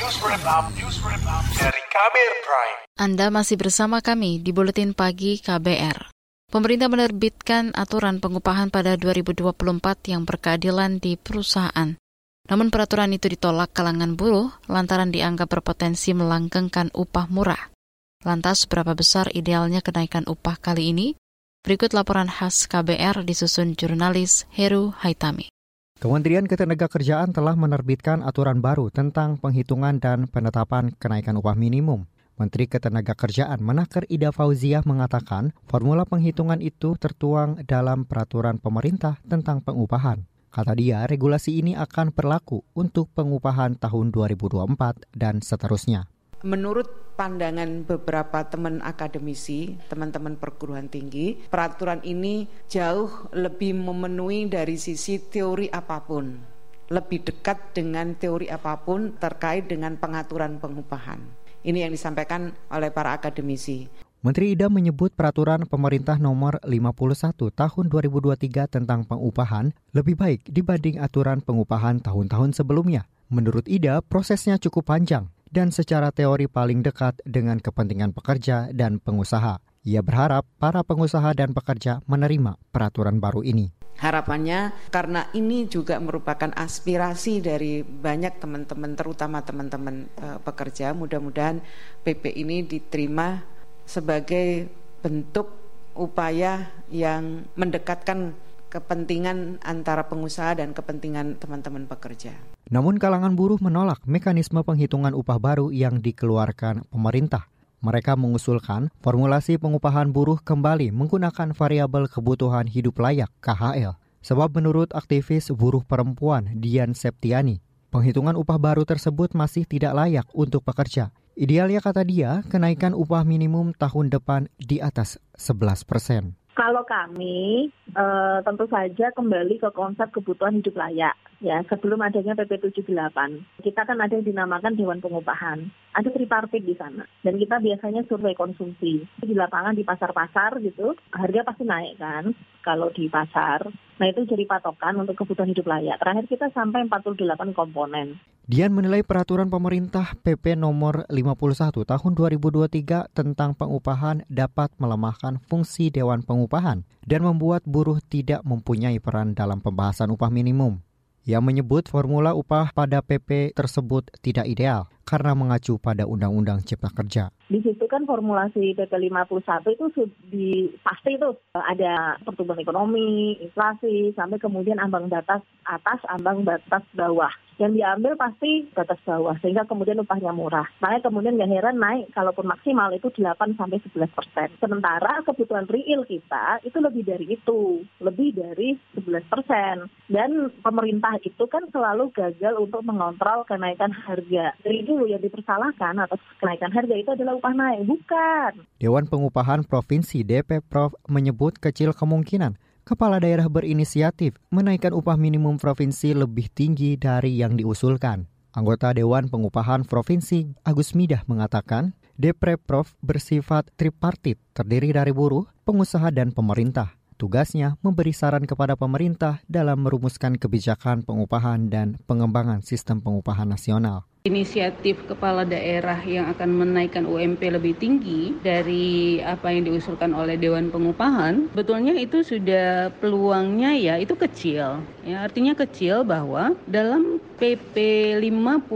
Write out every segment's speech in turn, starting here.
News Wrap Up dari KBR Prime. Anda masih bersama kami di Buletin Pagi KBR. Pemerintah menerbitkan aturan pengupahan pada 2024 yang berkeadilan di perusahaan. Namun peraturan itu ditolak kalangan buruh lantaran dianggap berpotensi melanggengkan upah murah. Lantas, berapa besar idealnya kenaikan upah kali ini? Berikut laporan khas KBR disusun jurnalis Heru Haitami. Kementerian Ketenagakerjaan telah menerbitkan aturan baru tentang penghitungan dan penetapan kenaikan upah minimum. Menteri Ketenagakerjaan Menaker Ida Fauziah mengatakan formula penghitungan itu tertuang dalam peraturan pemerintah tentang pengupahan. Kata dia, regulasi ini akan berlaku untuk pengupahan tahun 2024 dan seterusnya. Menurut pandangan beberapa teman akademisi, teman-teman perguruan tinggi, peraturan ini jauh lebih memenuhi dari sisi teori apapun, lebih dekat dengan teori apapun terkait dengan pengaturan pengupahan. Ini yang disampaikan oleh para akademisi. Menteri Ida menyebut peraturan pemerintah nomor 51 tahun 2023 tentang pengupahan lebih baik dibanding aturan pengupahan tahun-tahun sebelumnya. Menurut Ida, prosesnya cukup panjang dan secara teori paling dekat dengan kepentingan pekerja dan pengusaha. Ia berharap para pengusaha dan pekerja menerima peraturan baru ini. Harapannya karena ini juga merupakan aspirasi dari banyak teman-teman, terutama teman-teman pekerja, mudah-mudahan PP ini diterima sebagai bentuk upaya yang mendekatkan kepentingan antara pengusaha dan kepentingan teman-teman pekerja. Namun kalangan buruh menolak mekanisme penghitungan upah baru yang dikeluarkan pemerintah. Mereka mengusulkan formulasi pengupahan buruh kembali menggunakan variabel kebutuhan hidup layak (KHL). Sebab menurut aktivis buruh perempuan Dian Septiani, penghitungan upah baru tersebut masih tidak layak untuk pekerja. Idealnya, kata dia, kenaikan upah minimum tahun depan di atas 11%. Kalau kami tentu saja kembali ke konsep kebutuhan hidup layak. Ya, sebelum adanya PP 78, kita kan ada yang dinamakan Dewan Pengupahan. Ada tripartit di sana. Dan kita biasanya survei konsumsi. Di lapangan, di pasar-pasar gitu, harga pasti naik kan kalau di pasar. Nah, itu jadi patokan untuk kebutuhan hidup layak. Terakhir kita sampai 48 komponen. Dian menilai peraturan pemerintah PP nomor 51 tahun 2023 tentang pengupahan dapat melemahkan fungsi Dewan Pengupahan dan membuat buruh tidak mempunyai peran dalam pembahasan upah minimum. Ia menyebut formula upah pada PP tersebut tidak ideal karena mengacu pada Undang-Undang Cipta Kerja. Di situ kan formulasi PP 51 itu pasti itu ada pertumbuhan ekonomi, inflasi, sampai kemudian ambang batas atas, ambang batas bawah. Yang diambil pasti batas bawah, sehingga kemudian upahnya murah. Makanya kemudian nggak heran naik, kalaupun maksimal itu 8-11%. Sementara kebutuhan real kita itu lebih dari itu, lebih dari 11%. Dan pemerintah itu kan selalu gagal untuk mengontrol kenaikan harga. Dari dulu yang dipersalahkan atas kenaikan harga itu adalah upah naik, bukan. Dewan Pengupahan Provinsi DPProv menyebut kecil kemungkinan kepala daerah berinisiatif menaikkan upah minimum provinsi lebih tinggi dari yang diusulkan. Anggota Dewan Pengupahan Provinsi Agus Midah mengatakan, DPProv bersifat tripartit, terdiri dari buruh, pengusaha, dan pemerintah. Tugasnya memberi saran kepada pemerintah dalam merumuskan kebijakan pengupahan dan pengembangan sistem pengupahan nasional. Inisiatif kepala daerah yang akan menaikkan UMP lebih tinggi dari apa yang diusulkan oleh Dewan Pengupahan, betulnya itu sudah peluangnya ya itu kecil. Ya, artinya kecil bahwa dalam PP 51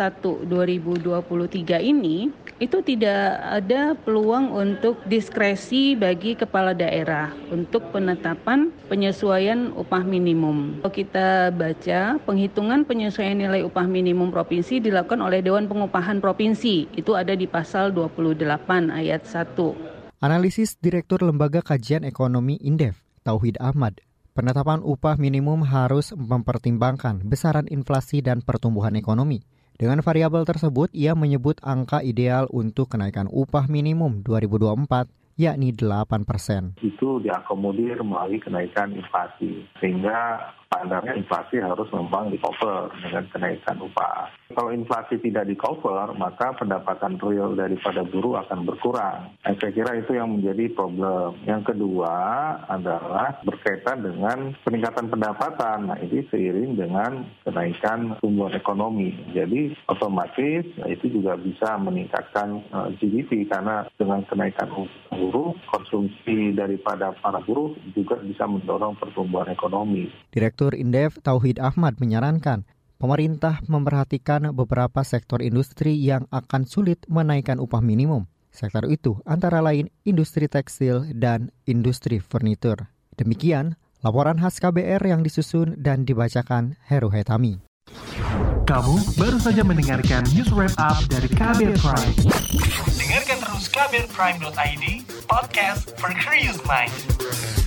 2023 ini itu tidak ada peluang untuk diskresi bagi kepala daerah untuk penetapan penyesuaian upah minimum. Kalau kita baca penghitungan penyesuaian nilai upah minimum provinsi dilakukan oleh Dewan Pengupahan Provinsi. Itu ada di pasal 28 ayat 1. Analisis Direktur Lembaga Kajian Ekonomi Indef, Tauhid Ahmad, penetapan upah minimum harus mempertimbangkan besaran inflasi dan pertumbuhan ekonomi. Dengan variabel tersebut, ia menyebut angka ideal untuk kenaikan upah minimum 2024 yakni 8%. Itu diakomodir melalui kenaikan inflasi, sehingga standarnya inflasi harus memang di-cover dengan kenaikan upah. Kalau inflasi tidak di-cover, maka pendapatan real daripada buruh akan berkurang. Saya kira itu yang menjadi problem. Yang kedua adalah berkaitan dengan peningkatan pendapatan. Nah, ini seiring dengan kenaikan pertumbuhan ekonomi. Jadi otomatis itu juga bisa meningkatkan GDP, karena dengan kenaikan buruh, konsumsi daripada para buruh juga bisa mendorong pertumbuhan ekonomi. Direktur Indef Tauhid Ahmad menyarankan pemerintah memperhatikan beberapa sektor industri yang akan sulit menaikkan upah minimum. Sektor itu antara lain industri tekstil dan industri furnitur. Demikian laporan khas KBR yang disusun dan dibacakan Heru Hetami. Kamu baru saja mendengarkan news wrap up dari KBR Prime. Dengarkan terus kbrprime.id, podcast for curious mind.